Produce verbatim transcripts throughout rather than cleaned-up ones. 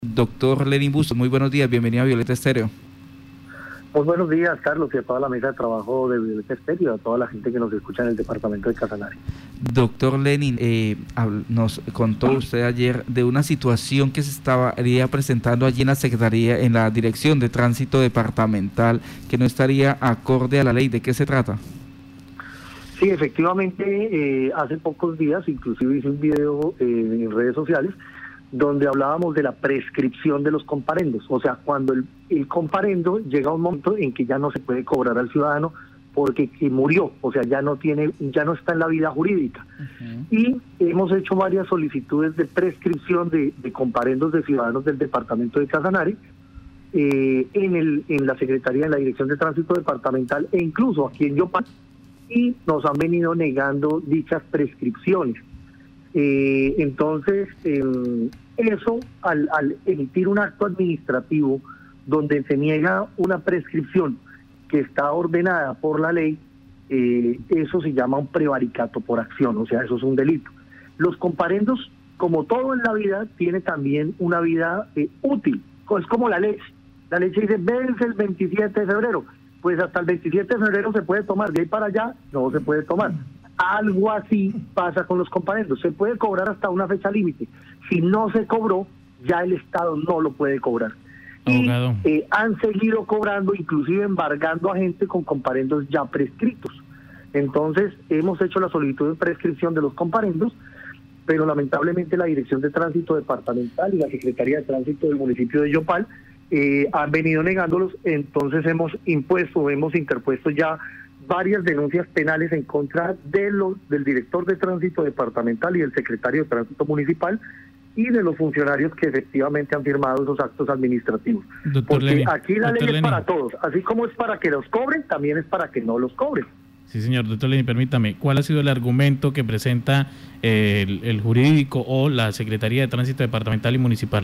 Doctor Lenin Bustos, muy buenos días, bienvenido a Violeta Estéreo. Muy buenos días, Carlos, y a toda la mesa de trabajo de Violeta Estéreo, a toda la gente que nos escucha en el departamento de Casanare. Doctor Lenin, eh, nos contó usted ayer de una situación que se estaría presentando allí en la Secretaría, en la Dirección de Tránsito Departamental, que no estaría acorde a la ley. ¿De qué se trata? Sí, efectivamente, eh, hace pocos días, inclusive hice un video eh, en redes sociales, donde hablábamos de la prescripción de los comparendos. O sea, cuando el, el comparendo llega a un momento en que ya no se puede cobrar al ciudadano porque que murió, o sea, ya no tiene, ya no está en la vida jurídica. Uh-huh. Y hemos hecho varias solicitudes de prescripción de, de comparendos de ciudadanos del departamento de Casanare, eh, en, el, en la Secretaría, en la Dirección de Tránsito Departamental e incluso aquí en Yopal, y nos han venido negando dichas prescripciones. Eh, entonces, eh, eso, al, al emitir un acto administrativo donde se niega una prescripción que está ordenada por la ley, eh, eso se llama un prevaricato por acción, o sea, eso es un delito. Los comparendos, como todo en la vida, tiene también una vida eh, útil, es como la leche. La leche dice, vence el veintisiete de febrero, pues hasta el veintisiete de febrero se puede tomar, de ahí para allá no se puede tomar. Algo así pasa con los comparendos, se puede cobrar hasta una fecha límite. Si no se cobró, ya el Estado no lo puede cobrar. Y eh, han seguido cobrando, inclusive embargando a gente con comparendos ya prescritos. Entonces, hemos hecho la solicitud de prescripción de los comparendos, pero lamentablemente la Dirección de Tránsito Departamental y la Secretaría de Tránsito del municipio de Yopal eh, han venido negándolos. Entonces hemos impuesto, hemos interpuesto ya varias denuncias penales en contra de los, del director de Tránsito Departamental y del secretario de Tránsito Municipal y de los funcionarios que efectivamente han firmado esos actos administrativos. Doctor Porque Lenin, aquí la ley Lenin. es para todos, así como es para que los cobren, también es para que no los cobren. Sí, señor. Doctor Lenin, permítame, ¿cuál ha sido el argumento que presenta eh, el, el jurídico o la Secretaría de Tránsito Departamental y Municipal?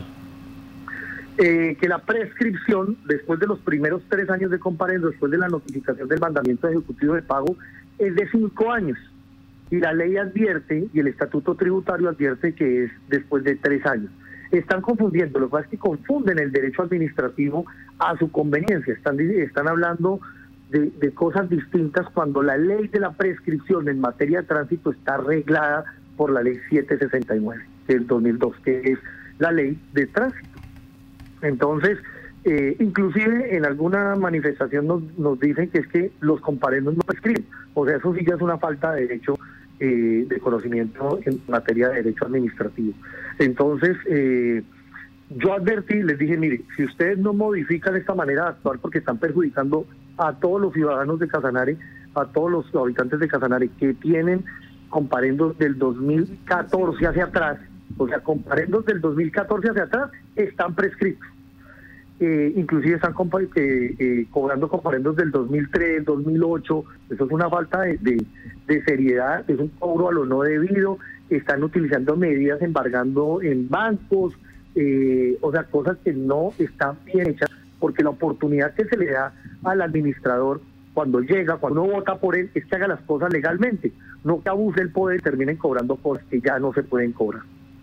Eh, que la prescripción, después de los primeros tres años de comparendo, después de la notificación del mandamiento ejecutivo de pago, es de cinco años. Y la ley advierte, y el estatuto tributario advierte que es después de tres años. Están confundiendo, lo que pasa es que confunden el derecho administrativo a su conveniencia. Están, están hablando de, de cosas distintas cuando la ley de la prescripción en materia de tránsito está reglada por la ley setecientos sesenta y nueve del dos mil dos, que es la ley de tránsito. Entonces, eh, inclusive en alguna manifestación nos, nos dicen que es que los comparendos no prescriben. O sea, eso sí ya es una falta de derecho, eh, de conocimiento en materia de derecho administrativo. Entonces, eh, yo advertí, les dije, mire, si ustedes no modifican esta manera de actuar porque están perjudicando a todos los ciudadanos de Casanare, a todos los habitantes de Casanare que tienen comparendos del dos mil catorce hacia atrás, o sea, comparendos del dos mil catorce hacia atrás están prescritos. Eh, inclusive están eh, eh, cobrando comparendos del dos mil tres, dos mil ocho. Eso es una falta de, de, de seriedad, es un cobro a lo no debido. Están utilizando medidas embargando en bancos, eh, o sea, cosas que no están bien hechas, porque la oportunidad que se le da al administrador cuando llega, cuando uno vota por él, es que haga las cosas legalmente, no que abuse el poder y terminen cobrando cosas que ya no se pueden cobrar.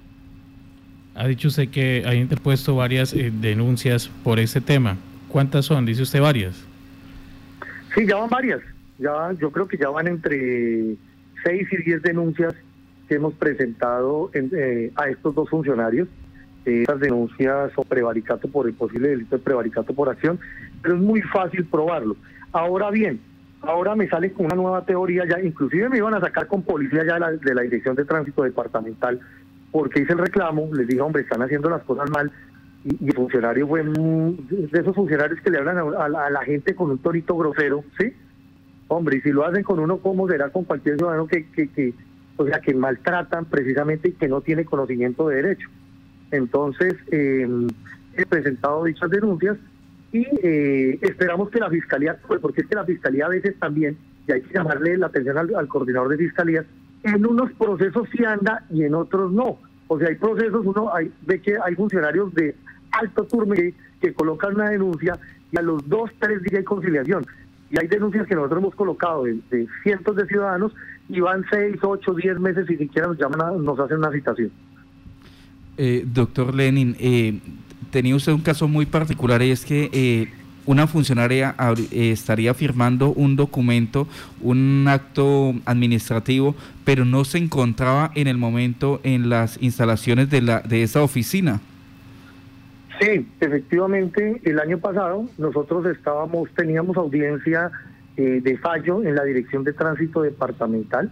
Ha dicho usted que ha interpuesto varias eh, denuncias por este tema. ¿Cuántas son? Dice usted varias. Sí, ya van varias. Ya, yo creo que ya van entre seis y diez denuncias que hemos presentado en, eh, a estos dos funcionarios. Eh, Estas denuncias son prevaricato por el posible delito de prevaricato por acción, pero es muy fácil probarlo. Ahora bien, ahora me sale con una nueva teoría, ya inclusive me iban a sacar con policía ya de la, de la Dirección de Tránsito Departamental, porque hice el reclamo, les dije, hombre, están haciendo las cosas mal, y, y el funcionario fue muy, de esos funcionarios que le hablan a, a, a la gente con un tonito grosero, ¿sí? Hombre, y si lo hacen con uno, ¿cómo será con cualquier ciudadano que, que, que, o sea, que maltratan precisamente y que no tiene conocimiento de derecho? Entonces, eh, he presentado dichas denuncias y eh, esperamos que la Fiscalía, porque es que la Fiscalía a veces también, y hay que llamarle la atención al, al coordinador de Fiscalía, en unos procesos sí anda y en otros no. O sea, hay procesos, uno hay, ve que hay funcionarios de alto turno que, que colocan una denuncia y a los dos, tres días hay conciliación. Y hay denuncias que nosotros hemos colocado de, de cientos de ciudadanos y van seis, ocho, diez meses y siquiera nos llaman, a, nos hacen una citación. Eh, doctor Lenin, eh, tenía usted un caso muy particular y es que eh, una funcionaria eh, estaría firmando un documento, un acto administrativo, pero no se encontraba en el momento en las instalaciones de, la, de esa oficina. Sí, efectivamente, el año pasado nosotros estábamos, teníamos audiencia eh, de fallo en la Dirección de Tránsito Departamental.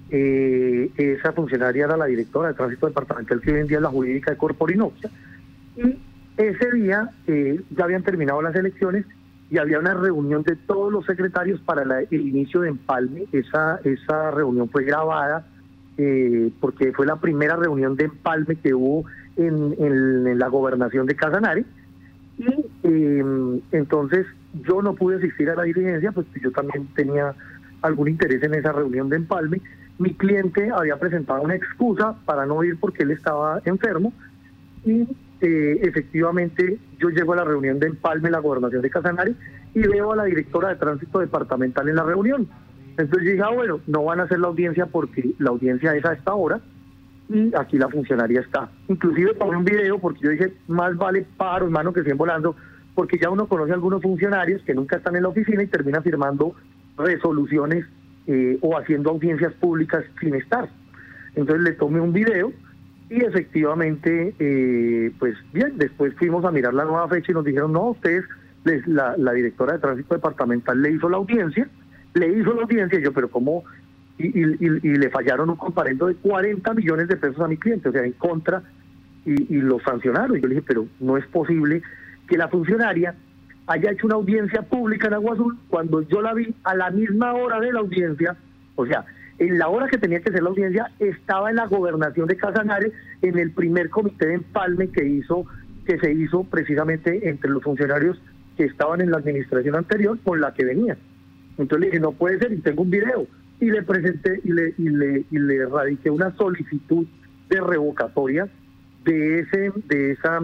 Eh, esa funcionaria era la directora de Tránsito Departamental, que hoy en día es la jurídica de Corporinoxia, y ese día eh, ya habían terminado las elecciones y había una reunión de todos los secretarios para la, el inicio de empalme. Esa, esa reunión fue grabada eh, porque fue la primera reunión de empalme que hubo en, en, en la gobernación de Casanare, y eh, entonces yo no pude asistir a la diligencia, pues yo también tenía algún interés en esa reunión de empalme. Mi cliente había presentado una excusa para no ir porque él estaba enfermo, y eh, efectivamente yo llego a la reunión de empalme en la gobernación de Casanare y veo a la directora de Tránsito Departamental en la reunión. Entonces yo dije, ah, bueno, no van a hacer la audiencia porque la audiencia es a esta hora y aquí la funcionaria está. Inclusive tomé un video porque yo dije, más vale pájaro en mano que cien volando, porque ya uno conoce a algunos funcionarios que nunca están en la oficina y terminan firmando resoluciones eh, o haciendo audiencias públicas sin estar. Entonces le tomé un video y efectivamente, eh, pues bien, después fuimos a mirar la nueva fecha y nos dijeron, no, ustedes, les, la, la directora de Tránsito Departamental le hizo la audiencia, le hizo la audiencia, y yo, pero ¿cómo? Y, y, y, y le fallaron un comparendo de cuarenta millones de pesos a mi cliente, o sea, en contra, y, y lo sancionaron. Y yo le dije, pero no es posible que la funcionaria haya hecho una audiencia pública en Agua Azul cuando yo la vi a la misma hora de la audiencia, o sea, en la hora que tenía que ser la audiencia, estaba en la gobernación de Casanare, en el primer comité de empalme que hizo, que se hizo precisamente entre los funcionarios que estaban en la administración anterior con la que venía. Entonces le dije, no puede ser, y tengo un video, y le presenté y le, y le, y le radiqué una solicitud de revocatoria de ese, de esa,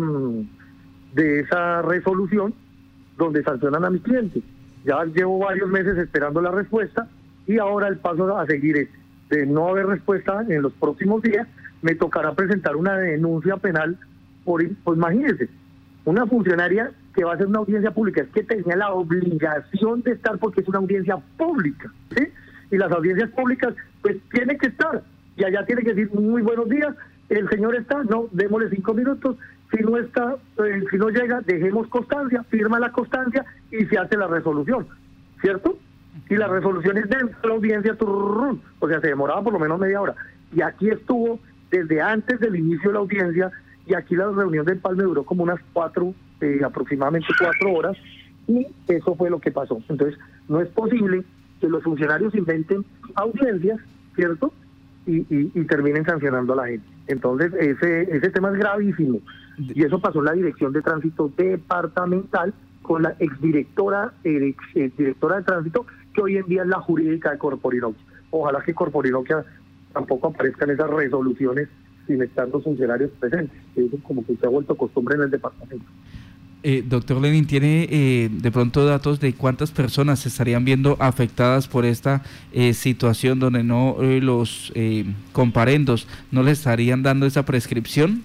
de esa resolución donde sancionan a mi cliente. Ya llevo varios meses esperando la respuesta, y ahora el paso a seguir es, de no haber respuesta en los próximos días, me tocará presentar una denuncia penal por, pues imagínense, una funcionaria que va a hacer una audiencia pública, es que tenía la obligación de estar porque es una audiencia pública, ¿sí? Y las audiencias públicas, pues tiene que estar, y allá tiene que decir, muy buenos días, el señor está, no, démosle cinco minutos, si no está, eh, si no llega, dejemos constancia, firma la constancia y se hace la resolución, ¿cierto? Y la resolución es dentro de la audiencia, turrún, o sea, se demoraba por lo menos media hora. Y aquí estuvo desde antes del inicio de la audiencia, y aquí la reunión del empalme duró como unas cuatro, eh, aproximadamente cuatro horas, y eso fue lo que pasó. Entonces, no es posible que los funcionarios inventen audiencias, ¿cierto? Y, y, y terminen sancionando a la gente. Entonces, ese, ese tema es gravísimo. Y eso pasó en la Dirección de Tránsito Departamental con la exdirectora, eh, ex directora de Tránsito, que hoy en día es la jurídica de Corporinoxia. Ojalá que Corporinoxia tampoco aparezcan esas resoluciones sin estar los funcionarios presentes. Eso como que se ha vuelto costumbre en el departamento. Eh, doctor Lenin, ¿tiene eh, de pronto datos de cuántas personas se estarían viendo afectadas por esta eh, situación donde no eh, los eh, comparendos no le estarían dando esa prescripción?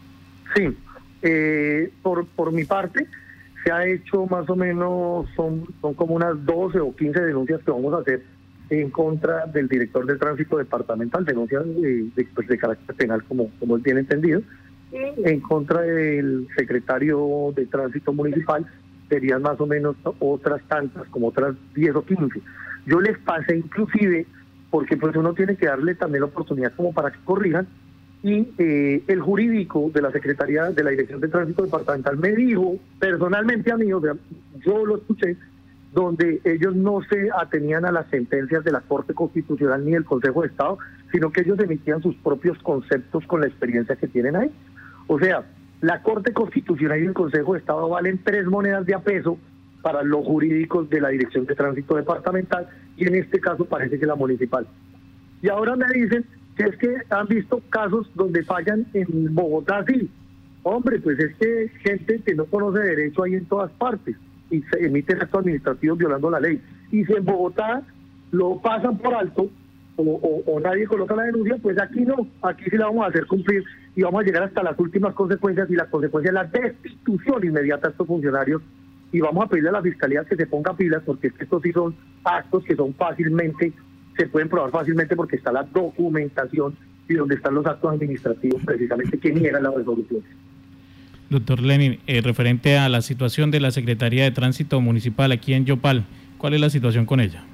Sí, eh, por, por mi parte se ha hecho más o menos, son, son como unas doce o quince denuncias que vamos a hacer en contra del director de Tránsito Departamental, denuncias de, de, pues de carácter penal, como, como es bien entendido, y en contra del secretario de Tránsito Municipal serían más o menos otras tantas, como otras diez o quince. Yo les pasé inclusive, porque pues uno tiene que darle también la oportunidad como para que corrijan, y eh, el jurídico de la Secretaría de la Dirección de Tránsito Departamental me dijo personalmente a mí, o sea, yo lo escuché, donde ellos no se atenían a las sentencias de la Corte Constitucional ni del Consejo de Estado, sino que ellos emitían sus propios conceptos con la experiencia que tienen ahí. O sea, la Corte Constitucional y el Consejo de Estado valen tres monedas de a peso para los jurídicos de la Dirección de Tránsito Departamental, y en este caso parece que la municipal. Y ahora me dicen que es que han visto casos donde fallan en Bogotá, sí. Hombre, pues es que gente que no conoce derecho hay en todas partes y se emiten actos administrativos violando la ley. Y si en Bogotá lo pasan por alto, o, o, o nadie coloca la denuncia, pues aquí no, aquí sí la vamos a hacer cumplir y vamos a llegar hasta las últimas consecuencias, y la consecuencia es la destitución inmediata de estos funcionarios, y vamos a pedirle a la Fiscalía que se ponga pilas, porque es que estos sí son actos que son fácilmente, se pueden probar fácilmente porque está la documentación y donde están los actos administrativos precisamente que niegan las resoluciones. Doctor Lenin, eh, referente a la situación de la Secretaría de Tránsito Municipal aquí en Yopal, ¿cuál es la situación con ella?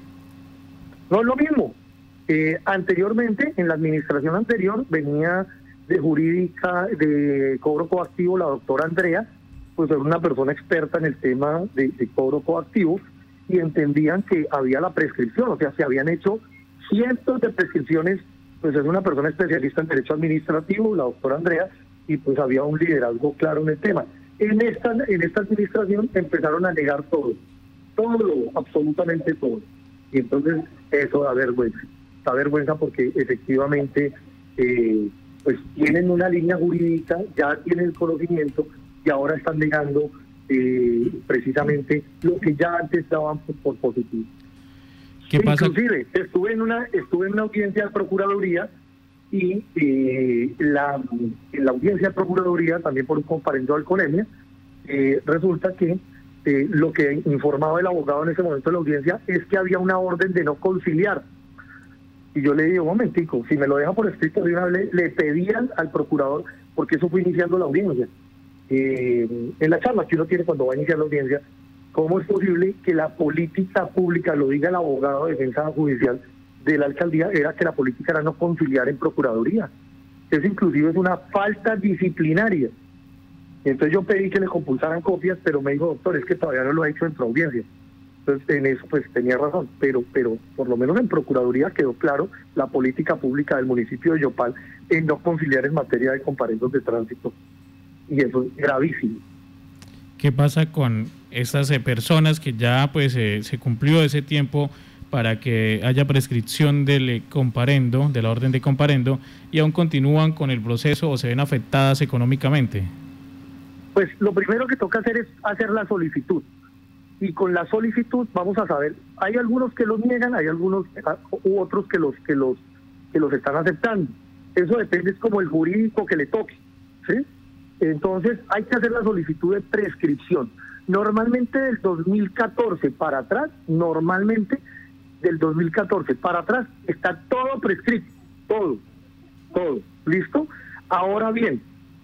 No es lo mismo. Eh, anteriormente, en la administración anterior, venía de jurídica de cobro coactivo la doctora Andrea, pues era una persona experta en el tema de, de cobro coactivo, y entendían que había la prescripción, o sea, se habían hecho cientos de prescripciones, pues es una persona especialista en derecho administrativo, la doctora Andrea, y pues había un liderazgo claro en el tema. En esta, en esta administración empezaron a negar todo, todo, absolutamente todo. Y entonces eso da vergüenza, da vergüenza porque efectivamente eh, pues tienen una línea jurídica, ya tienen el conocimiento y ahora están negando eh, precisamente lo que ya antes daban por, por positivo. ¿Qué pasa? Inclusive estuve en una estuve en una audiencia de Procuraduría y eh, la, en la audiencia de Procuraduría, también por un comparendo al Conemia, eh, resulta que Eh, lo que informaba el abogado en ese momento de la audiencia es que había una orden de no conciliar. Y yo le digo, un momentico, si me lo deja por escrito, de una vez le, le pedían al procurador, porque eso fue iniciando la audiencia, eh, en la charla que uno tiene cuando va a iniciar la audiencia, ¿cómo es posible que la política pública, lo diga el abogado de defensa judicial de la alcaldía, era que la política era no conciliar en Procuraduría? Eso inclusive es una falta disciplinaria. Entonces yo pedí que le compulsaran copias, pero me dijo, doctor, es que todavía no lo ha hecho en tu audiencia. Entonces en eso pues tenía razón, pero pero por lo menos en Procuraduría quedó claro la política pública del municipio de Yopal en no conciliar en materia de comparendos de tránsito, y eso es gravísimo. ¿Qué pasa con estas eh, personas que ya pues eh, se cumplió ese tiempo para que haya prescripción del eh, comparendo, de la orden de comparendo, y aún continúan con el proceso o se ven afectadas económicamente? Pues lo primero que toca hacer es hacer la solicitud, y con la solicitud vamos a saber, hay algunos que los niegan, hay algunos u otros que los que los que los están aceptando. Eso depende, es como el jurídico que le toque, ¿sí? Entonces hay que hacer la solicitud de prescripción. Normalmente del dos mil catorce para atrás, normalmente del dos mil catorce para atrás está todo prescrito, todo, todo, ¿listo? Ahora bien,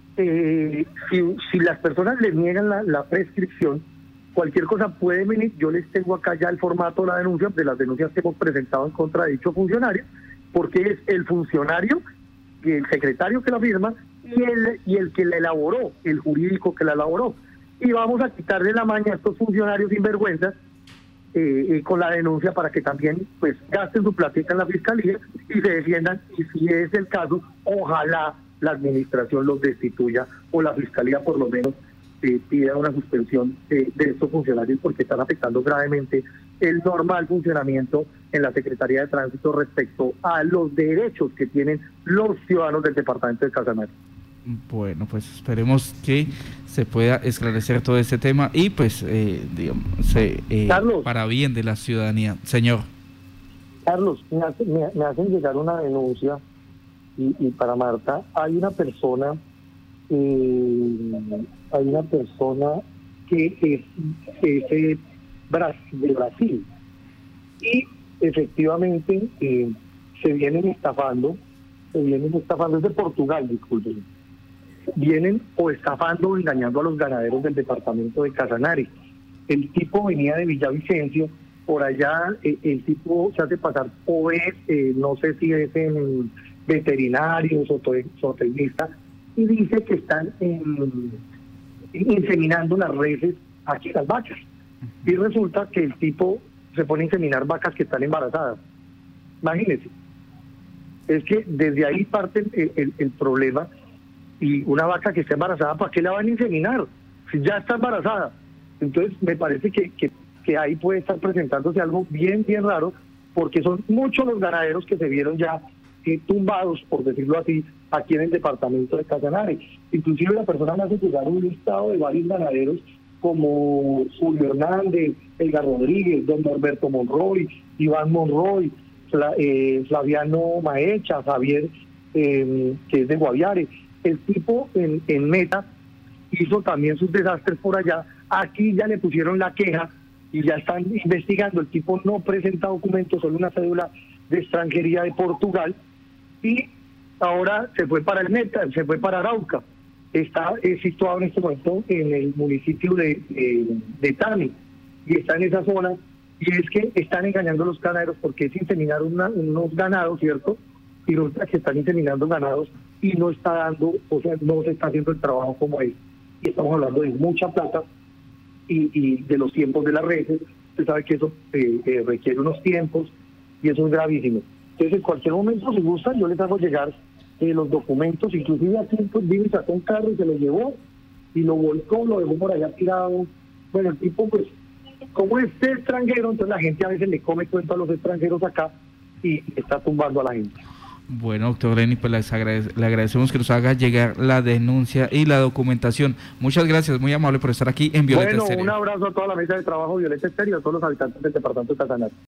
Eh, si, si las personas les niegan la, la prescripción, cualquier cosa puede venir. Yo les tengo acá ya el formato de la denuncia, de las denuncias que hemos presentado en contra de dicho funcionario, porque es el funcionario y el secretario que la firma y el, y el que la elaboró, el jurídico que la elaboró. Y vamos a quitarle la maña a estos funcionarios sinvergüenzas eh, eh, con la denuncia, para que también pues gasten su platita en la fiscalía y se defiendan, y si es el caso, ojalá la administración los destituya, o la fiscalía por lo menos eh, pida una suspensión eh, de estos funcionarios, porque están afectando gravemente el normal funcionamiento en la Secretaría de Tránsito respecto a los derechos que tienen los ciudadanos del departamento de Casanare. Bueno, pues esperemos que se pueda esclarecer todo este tema y pues eh, digamos se, eh, Carlos, para bien de la ciudadanía. Señor Carlos, me, hace, me, me hacen llegar una denuncia. Y, y para Marta, hay una persona, eh, hay una persona que es, que es eh, de Brasil, y efectivamente eh, se vienen estafando, se vienen estafando, es de Portugal, disculpen, vienen o estafando o engañando a los ganaderos del departamento de Casanare. El tipo venía de Villavicencio, por allá eh, el tipo se hace pasar por, eh, no sé si es en veterinarios o zootecnistas, y dice que están eh, inseminando las reses aquí las vacas. Y resulta que el tipo se pone a inseminar vacas que están embarazadas. Imagínense. Es que desde ahí parte el, el, el problema. Y una vaca que está embarazada, ¿para qué la van a inseminar? Si ya está embarazada. Entonces me parece que, que, que ahí puede estar presentándose algo bien, bien raro, porque son muchos los ganaderos que se vieron ya eh, tumbados, por decirlo así, aquí en el departamento de Casanare. Inclusive la persona me hace llegar un listado de varios ganaderos como Julio Hernández, Elga Rodríguez, don Norberto Monroy, Iván Monroy, Fla, eh, Flaviano Maecha, Javier, eh, que es de Guaviare. El tipo en, en Meta hizo también sus desastres por allá. Aquí ya le pusieron la queja y ya están investigando. El tipo no presenta documentos, solo una cédula de extranjería de Portugal, y ahora se fue para el Meta, se fue para Arauca. Está eh, situado en este momento en el municipio de, eh, de Tami, y está en esa zona, y es que están engañando a los ganaderos porque es inseminar una, unos ganados, ¿cierto? Y resulta que están inseminando ganados y no está dando, o sea, no se está haciendo el trabajo como es. Y estamos hablando de mucha plata y, y de los tiempos de las reses. Usted sabe que eso eh, eh, requiere unos tiempos y eso es gravísimo. Entonces, en cualquier momento, si gustan, yo les hago llegar eh, los documentos. Inclusive aquí pues, vino y sacó un carro y se lo llevó y lo volcó, lo dejó por allá tirado. Bueno, el tipo, pues, como es extranjero, entonces la gente a veces le come cuento a los extranjeros acá y está tumbando a la gente. Bueno, doctor Lenin, pues les agradece, le agradecemos que nos haga llegar la denuncia y la documentación. Muchas gracias, muy amable por estar aquí en Violeta Bueno, Estéreo. Un abrazo a toda la mesa de trabajo Violeta Estéreo y a todos los habitantes del departamento de Casanare.